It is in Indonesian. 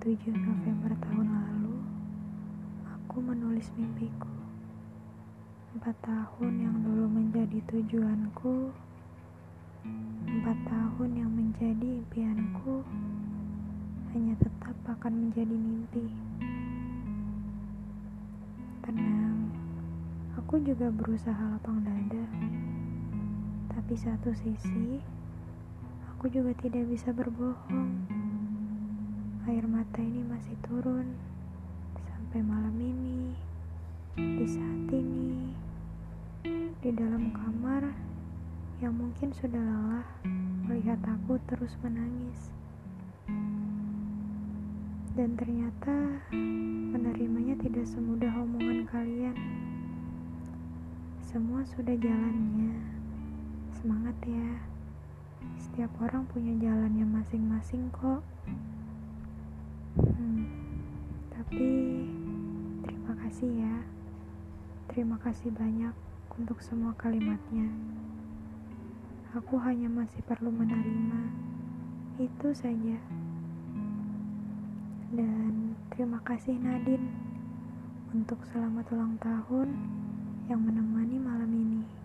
27 November tahun lalu, aku menulis mimpiku. 4 tahun yang dulu menjadi tujuanku, 4 tahun yang menjadi impianku, hanya tetap akan menjadi mimpi. Tenang, aku juga berusaha lapang dada. Tapi satu sisi, aku juga tidak bisa berbohong. Air mata ini masih turun sampai malam ini, di saat ini, di dalam kamar yang mungkin sudah lelah melihat aku terus menangis. Dan ternyata menerimanya tidak semudah omongan kalian. Semua sudah jalannya. Semangat ya. Setiap orang punya jalannya masing-masing kok. Tapi terima kasih ya. Terima kasih banyak untuk semua kalimatnya. Aku hanya masih perlu menerima. Itu saja. Dan terima kasih Nadine untuk selamat ulang tahun yang menemani malam ini.